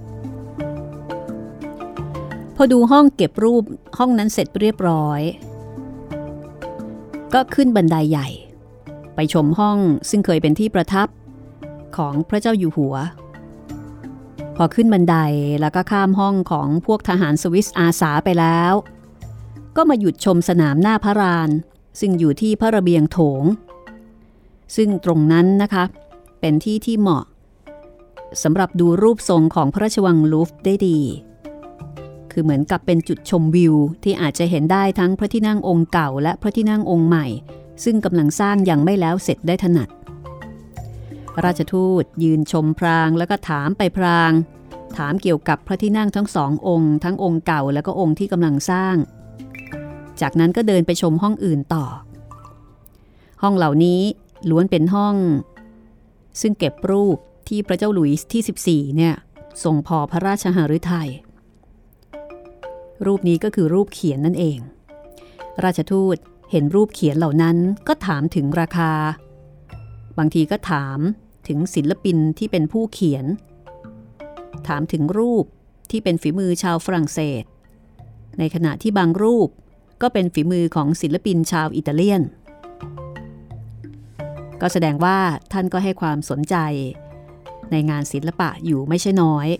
พอดูห้องเก็บรูปห้องนั้นเสร็จเรียบร้อยก็ขึ้นบันไดใหญ่ไปชมห้องซึ่งเคยเป็นที่ประทับของพระเจ้าอยู่หัวพอขึ้นบันไดแล้วก็ข้ามห้องของพวกทหารสวิสอาสาไปแล้วก็มาหยุดชมสนามหน้าพระลานซึ่งอยู่ที่พระระเบียงโถงซึ่งตรงนั้นนะคะเป็นที่ที่เหมาะสำหรับดูรูปทรงของพระราชวังลูฟร์ได้ดีคือเหมือนกับเป็นจุดชมวิวที่อาจจะเห็นได้ทั้งพระที่นั่งองค์เก่าและพระที่นั่งองค์ใหม่ซึ่งกำลังสร้างยังไม่แล้วเสร็จได้ถนัดราชทูตยืนชมพรางแล้วก็ถามไปพรางถามเกี่ยวกับพระที่นั่งทั้งสององค์ทั้งองค์เก่าแล้วก็องค์ที่กำลังสร้างจากนั้นก็เดินไปชมห้องอื่นต่อห้องเหล่านี้ล้วนเป็นห้องซึ่งเก็บรูปที่พระเจ้าหลุยส์ที่สิบสี่เนี่ยทรงพอพระราชหฤทัยรูปนี้ก็คือรูปเขียนนั่นเองราชทูตเห็นรูปเขียนเหล่านั้นก็ถามถึงราคาบางทีก็ถามถึงศิลปินที่เป็นผู้เขียนถามถึงรูปที่เป็นฝีมือชาวฝรั่งเศสในขณะที่บางรูปก็เป็นฝีมือของศิลปินชาวอิตาเลียนก็แสดงว่าท่านก็ให้ความสนใจในงานศิลปะอยู่ไม่ใช่น้อย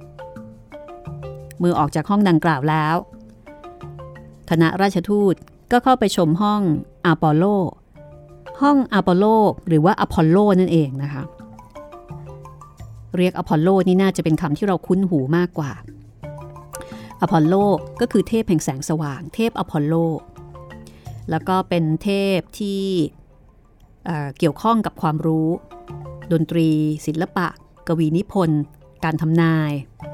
เมื่อออกจากห้องดังกล่าวแล้วคณะราชทูตก็เข้าไปชมห้องอพอลโลห้องอพอลโลหรือว่าอพอลโลนั่นเองนะคะเรียกอพอลโลนี่น่าจะเป็นคำที่เราคุ้นหูมากกว่าอพอลโลก็คือเทพแห่งแสงสว่างเทพอพอลโลแล้วก็เป็นเทพที่เอ่อเกี่ยวข้องกับความรู้ดนตรีศิลปะกวีนิพนธ์การทำนาย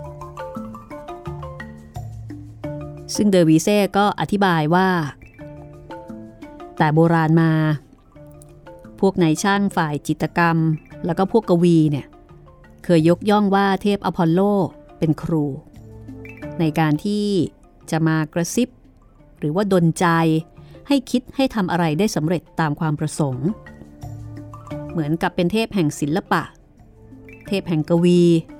ซึ่งเดอวีเซ่ก็อธิบายว่าแต่โบราณมาพวกนายช่างฝ่ายจิตรกรรมแล้วก็พวกกวีเนี่ยเคยยกย่องว่าเทพอพอลโลเป็นครูในการที่จะมากระซิบหรือว่าดลใจให้คิดให้ทำอะไรได้สำเร็จตามความประสงค์เหมือนกับเป็นเทพแห่งศิลปะเทพแห่งกวี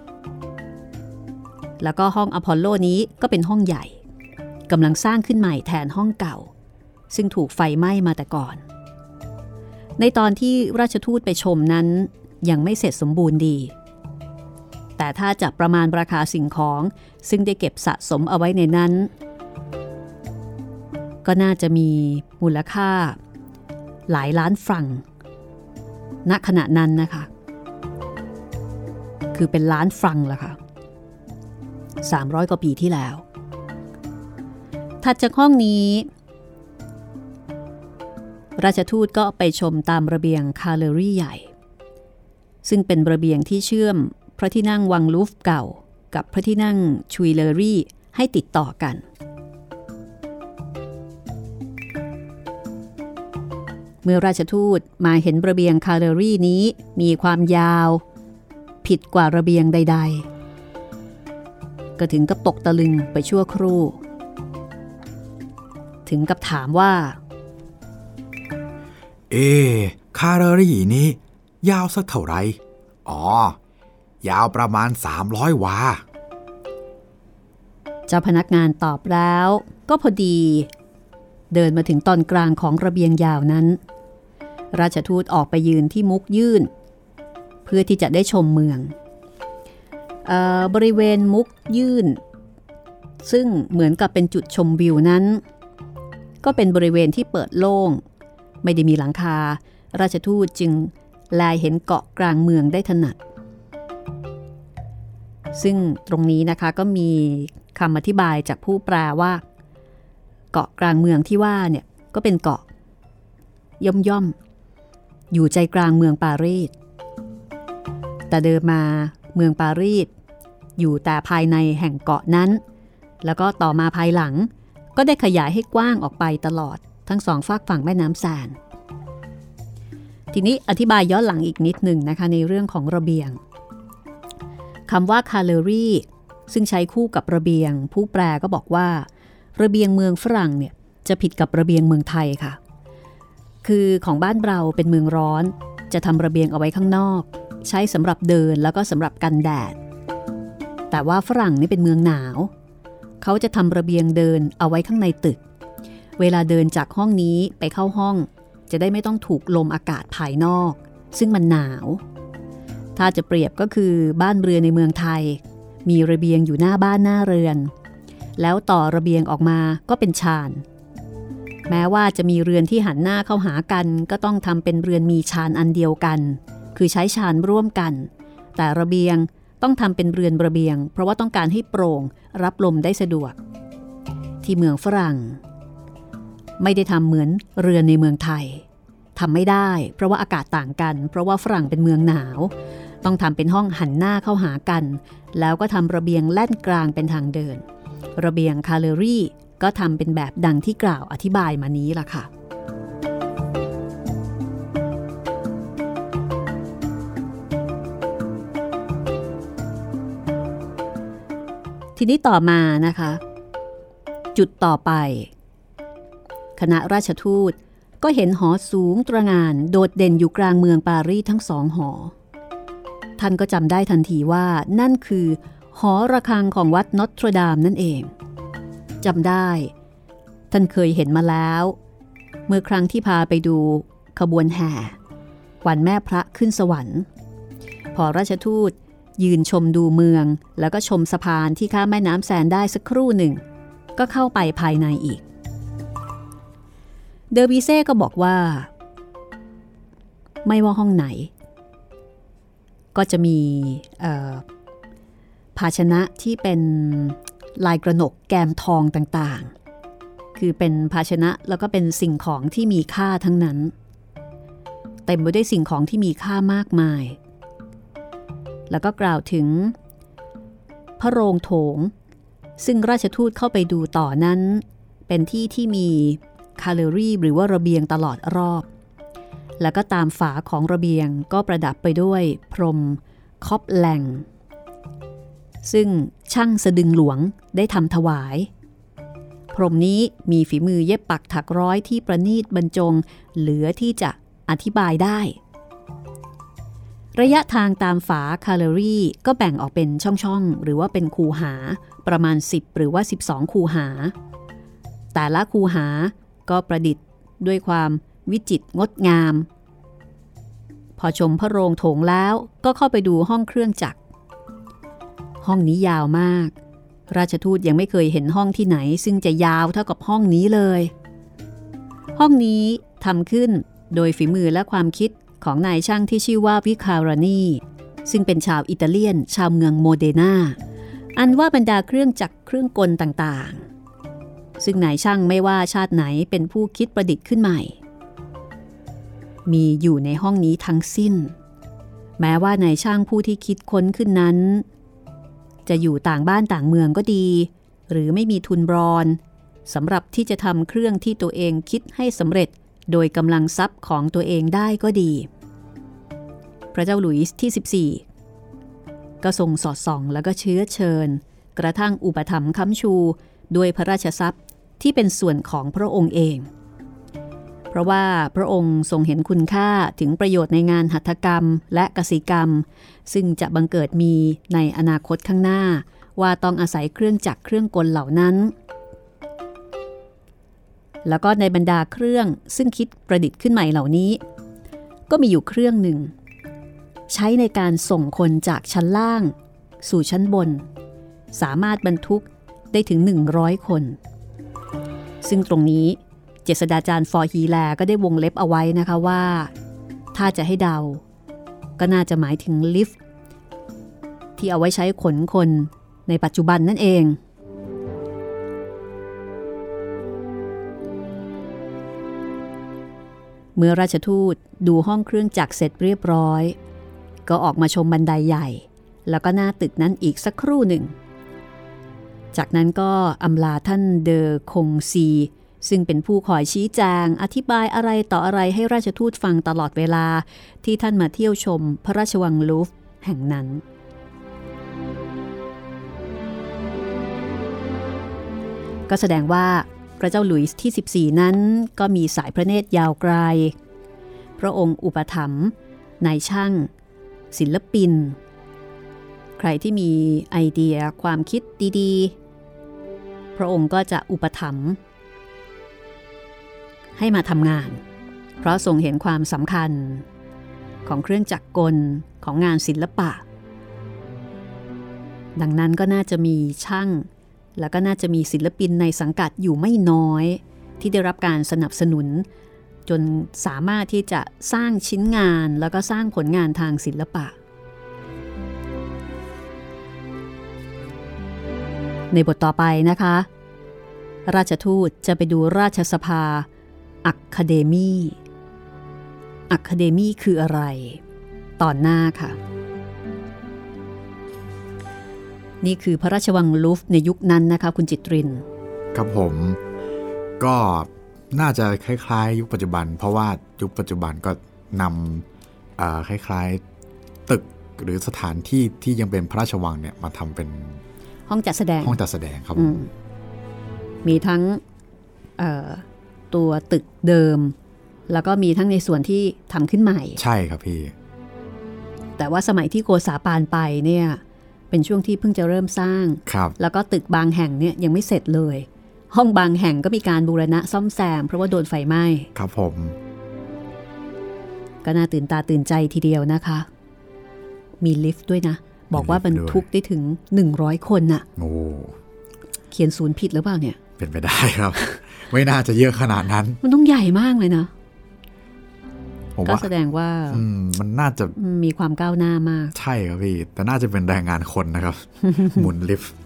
แล้วก็ห้องอพอลโลนี้ก็เป็นห้องใหญ่กำลังสร้างขึ้นใหม่แทนห้องเก่าซึ่งถูกไฟไหม้มาแต่ก่อนในตอนที่ราชทูตไปชมนั้นยังไม่เสร็จสมบูรณ์ดีแต่ถ้าจะประมาณราคาสิ่งของซึ่งได้เก็บสะสมเอาไว้ในนั้นก็น่าจะมีมูลค่าหลายล้านฟรังณขณะนั้นนะคะคือเป็นล้านฟรังละค่ะสามร้อยกว่าปีที่แล้วถัดจากห้องนี้ราชทูตก็ไปชมตามระเบียงคาเลรี่ใหญ่ซึ่งเป็นระเบียงที่เชื่อมพระที่นั่งวังลูฟเก่ากับพระที่นั่งชุยเลอรี่ให้ติดต่อกันเมื่อราชทูตมาเห็นระเบียงคาเลรี่นี้มีความยาวผิดกว่าระเบียงใดๆก็ถึงกับตกตะลึงไปชั่วครู่ถึงกับถามว่าเอคาเลรี่นี้ยาวสักเท่าไหร่อ๋อยาวประมาณสามร้อยวาเจ้าพนักงานตอบแล้วก็พอดีเดินมาถึงตอนกลางของระเบียงยาวนั้นราชทูตออกไปยืนที่มุกยื่นเพื่อที่จะได้ชมเมืองเอ่อบริเวณมุกยื่นซึ่งเหมือนกับเป็นจุดชมวิวนั้นก็เป็นบริเวณที่เปิดโล่งไม่ได้มีหลังคาราชทูตจึงแลเห็นเกาะกลางเมืองได้ถนัดซึ่งตรงนี้นะคะก็มีคำอธิบายจากผู้แปลว่าเกาะกลางเมืองที่ว่าเนี่ยก็เป็นเกาะย่อมย่อมอยู่ใจกลางเมืองปารีสแต่เดิมมาเมืองปารีสอยู่แต่ภายในแห่งเกาะนั้นแล้วก็ต่อมาภายหลังก็ได้ขยายให้กว้างออกไปตลอดทั้งสองฝากฝั่งแม่น้ำแซนทีนี้อธิบายย้อนหลังอีกนิดหนึ่งนะคะในเรื่องของระเบียงคำว่าคาเลรี่ซึ่งใช้คู่กับระเบียงผู้แปลก็บอกว่าระเบียงเมืองฝรั่งเนี่ยจะผิดกับระเบียงเมืองไทยค่ะคือของบ้านเราเป็นเมืองร้อนจะทำระเบียงเอาไว้ข้างนอกใช้สำหรับเดินแล้วก็สำหรับกันแดดแต่ว่าฝรั่งนี่เป็นเมืองหนาวเขาจะทำระเบียงเดินเอาไว้ข้างในตึกเวลาเดินจากห้องนี้ไปเข้าห้องจะได้ไม่ต้องถูกลมอากาศภายนอกซึ่งมันหนาวถ้าจะเปรียบก็คือบ้านเรือนในเมืองไทยมีระเบียงอยู่หน้าบ้านหน้าเรือนแล้วต่อระเบียงออกมาก็เป็นชานแม้ว่าจะมีเรือนที่หันหน้าเข้าหากันก็ต้องทำเป็นเรือนมีชานอันเดียวกันคือใช้ชานร่วมกันแต่ระเบียงต้องทำเป็นเรือนระเบียงเพราะว่าต้องการให้โปร่งรับลมได้สะดวกที่เมืองฝรั่งไม่ได้ทำเหมือนเรือนในเมืองไทยทำไม่ได้เพราะว่าอากาศต่างกันเพราะว่าฝรั่งเป็นเมืองหนาวต้องทำเป็นห้องหันหน้าเข้าหากันแล้วก็ทำระเบียงแล่นกลางเป็นทางเดินระเบียงคาเลอรี่ก็ทำเป็นแบบดังที่กล่าวอธิบายมานี้ล่ะค่ะทีนี้ต่อมานะคะจุดต่อไปคณะราชทูตก็เห็นหอสูงตระหง่านโดดเด่นอยู่กลางเมืองปารีสทั้งสองหอท่านก็จำได้ทันทีว่านั่นคือหอระฆังของวัดนอตรดามนั่นเองจำได้ท่านเคยเห็นมาแล้วเมื่อครั้งที่พาไปดูขบวนแห่วันแม่พระขึ้นสวรรค์พอราชทูตยืนชมดูเมืองแล้วก็ชมสะพานที่ข้ามแม่น้ำแซนได้สักครู่หนึ่งก็เข้าไปภายในอีกเดอบิเซ่ก็บอกว่าไม่ว่าห้องไหนก็จะมีภาชนะที่เป็นลายกระหนกแกมทองต่างๆคือเป็นภาชนะแล้วก็เป็นสิ่งของที่มีค่าทั้งนั้นเต็มไปด้วยสิ่งของที่มีค่ามากมายแล้วก็กล่าวถึงพระโรงโถงซึ่งราชทูตเข้าไปดูต่อนั้นเป็นที่ที่มีคาเลอรี่หรือว่าระเบียงตลอดรอบแล้วก็ตามฝาของระเบียงก็ประดับไปด้วยพรมคอบแหลงซึ่งช่างสะดึงหลวงได้ทำถวายพรมนี้มีฝีมือเย็บปักถักร้อยที่ประณีตบรรจงเหลือที่จะอธิบายได้ระยะทางตามฝาคาเลอรี่ก็แบ่งออกเป็นช่องๆหรือว่าเป็นคูหาประมาณสิบหรือว่าสิบสองคูหาแต่ละคูหาก็ประดิษฐ์ด้วยความวิจิตรงดงามพอชมพระโรงโถงแล้วก็เข้าไปดูห้องเครื่องจักรห้องนี้ยาวมากราชทูตยังไม่เคยเห็นห้องที่ไหนซึ่งจะยาวเท่ากับห้องนี้เลยห้องนี้ทำขึ้นโดยฝีมือและความคิดของนายช่างที่ชื่อว่าวิคารานีซึ่งเป็นชาวอิตาเลียนชาวเมืองโมเดนาอันว่าบรรดาเครื่องจักรเครื่องกลต่างๆซึ่งนายช่างไม่ว่าชาติไหนเป็นผู้คิดประดิษฐ์ขึ้นใหม่มีอยู่ในห้องนี้ทั้งสิ้นแม้ว่านายช่างผู้ที่คิดค้นขึ้นนั้นจะอยู่ต่างบ้านต่างเมืองก็ดีหรือไม่มีทุนบรอนสำหรับที่จะทำเครื่องที่ตัวเองคิดให้สำเร็จโดยกำลังทรัพย์ของตัวเองได้ก็ดีพระเจ้าหลุยส์ที่สิบสี่ก็ทรงสอดส่องแล้วก็เชื้อเชิญกระทั่งอุปถัมภ์ค้ำชูด้วยพระราชทรัพย์ที่เป็นส่วนของพระองค์เองเพราะว่าพระองค์ทรงเห็นคุณค่าถึงประโยชน์ในงานหัตถกรรมและกสิกรรมซึ่งจะบังเกิดมีในอนาคตข้างหน้าว่าต้องอาศัยเครื่องจักรเครื่องกลเหล่านั้นแล้วก็ในบรรดาเครื่องซึ่งคิดประดิษฐ์ขึ้นใหม่เหล่านี้ก็มีอยู่เครื่องหนึ่งใช้ในการส่งคนจากชั้นล่างสู่ชั้นบนสามารถบรรทุกได้ถึงหนึ่งร้อยคนซึ่งตรงนี้เจษฎาจารย์ฟอร์ฮีแลก็ได้วงเล็บเอาไว้นะคะว่าถ้าจะให้เดาก็น่าจะหมายถึงลิฟต์ที่เอาไว้ใช้ขนคนในปัจจุบันนั่นเองเมื่อราชทูตดูห้องเครื่องจักรเสร็จเรียบร้อยก็ออกมาชมบันไดใหญ่แล้วก็หน้าตึกนั้นอีกสักครู่หนึ่งจากนั้นก็อำลาท่านเดอคงซีซึ่งเป็นผู้คอยชี้แจงอธิบายอะไรต่ออะไรให้ราชทูตฟังตลอดเวลาที่ท่านมาเที่ยวชมพระราชวังลูฟร์แห่งนั้นก็แสดงว่าพระเจ้าหลุยส์ที่สิบสี่นั้นก็มีสายพระเนตรยาวไกลพระองค์อุปถัมภ์นายช่างศิลปินใครที่มีไอเดียความคิดดีๆพระองค์ก็จะอุปถัมภ์ให้มาทำงานเพราะทรงเห็นความสำคัญของเครื่องจักรกลของงานศิลปะดังนั้นก็น่าจะมีช่างแล้วก็น่าจะมีศิลปินในสังกัดอยู่ไม่น้อยที่ได้รับการสนับสนุนจนสามารถที่จะสร้างชิ้นงานแล้วก็สร้างผลงานทางศิลปะในบทต่อไปนะคะราชทูตจะไปดูราชสภาอะคาเดมี Academy คืออะไรตอนหน้าค่ะนี่คือพระราชวังลูฟร์ในยุคนั้นนะคะคุณจิตรินครับผมก็น่าจะคล้ายๆยุคปัจจุบันเพราะว่ายุคปัจจุบันก็นำคล้ายๆตึกหรือสถานที่ที่ยังเป็นพระราชวังเนี่ยมาทำเป็นห้องจัดแสดงห้องจัดแสดงครับมีทั้งตัวตึกเดิมแล้วก็มีทั้งในส่วนที่ทำขึ้นใหม่ใช่ครับพี่แต่ว่าสมัยที่โกษาปานไปเนี่ยเป็นช่วงที่เพิ่งจะเริ่มสร้างแล้วก็ตึกบางแห่งเนี่ยยังไม่เสร็จเลยห้องบางแห่งก็มีการบูรณะซ่อมแซมเพราะว่าโดนไฟไหม้ครับผมก็น่าตื่นตาตื่นใจทีเดียวนะคะมีลิฟต์ด้วยนะบอกว่าบรรทุกได้ถึงหนึ่งร้อยคนน่ะโอ้เขียนศูนย์ผิดหรือเปล่าเนี่ยเป็นไปได้ครับ ไม่น่าจะเยอะขนาดนั้นมันต้องใหญ่มากเลยนะก็แสดงว่ามันน่าจะมีความก้าวหน้ามากใช่ครับพี่แต่น่าจะเป็นแรงงานคนนะครับ หมุนลิฟต์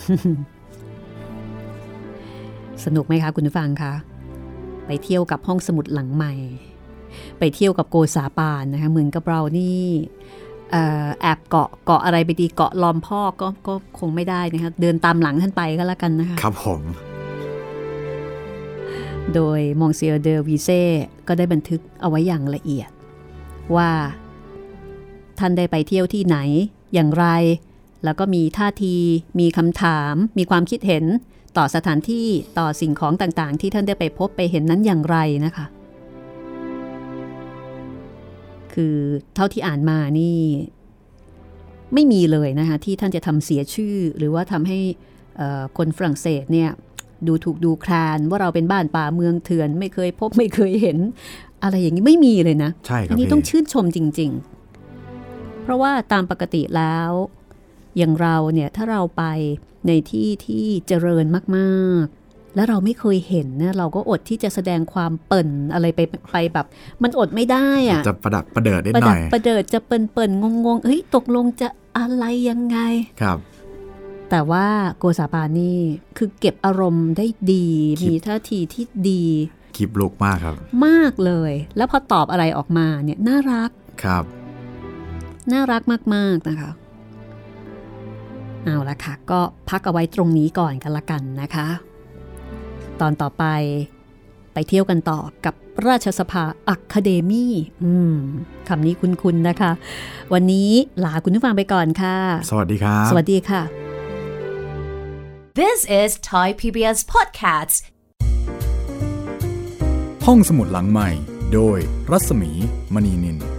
สนุกไหมคะคุณผู้ฟังคะไปเที่ยวกับห้องสมุดหลังใหม่ไปเที่ยวกับโกษาปานนะคะเหมือนกับเรานี่แอบเกาะเกาะอะไรไปดีเกาะลอมพ่อก็ก็คงไม่ได้นะคะเดินตามหลังท่านไปก็แล้วกันนะคะครับผมโดยมองเซียเดอวีเซ่ก็ได้บันทึกเอาไว้อย่างละเอียดว่าท่านได้ไปเที่ยวที่ไหนอย่างไรแล้วก็มีท่าทีมีคำถามมีความคิดเห็นต่อสถานที่ต่อสิ่งของต่างๆที่ท่านได้ไปพบไปเห็นนั้นอย่างไรนะคะคือเท่าที่อ่านมานี่ไม่มีเลยนะคะที่ท่านจะทำเสียชื่อหรือว่าทำให้คนฝรั่งเศสเนี่ยดูถูกดูแคลนว่าเราเป็นบ้านป่าเมืองเถื่อนไม่เคยพบไม่เคยเห็นอะไรอย่างนี้ไม่มีเลยนะใช่ครับอันนี้ต้องชื่นชมจริงๆเพราะว่าตามปกติแล้วอย่างเราเนี่ยถ้าเราไปในที่ที่เจริญมากๆแล้วเราไม่เคยเห็นเนี่ยเราก็อดที่จะแสดงความเปิ่นอะไรไปไปแบบมันอดไม่ได้อะจะประดับประเดิดได้หน่อยประดับประเดิดจะเปิ่นเปิ่นงงงเฮ้ยตกลงจะอะไรยังไงครับแต่ว่าโกษาปานนี่คือเก็บอารมณ์ได้ดีมีท่าทีที่ดีคลิปลุกมากครับมากเลยแล้วพอตอบอะไรออกมาเนี่ยน่ารักครับน่ารักมากๆนะคะเอาละค่ะก็พักเอาไว้ตรงนี้ก่อนกันละกันนะคะตอนต่อไปไปเที่ยวกันต่อกับราชสภาอะคาเดมี่อืมคำนี้คุ้นๆนะคะวันนี้ลาคุณผู้ฟังไปก่อนค่ะสวัสดีครับสวัสดีค่ะ This is Thai พี บี เอส Podcast ห้องสมุดหลังใหม่โดยรัศมีมณีนิน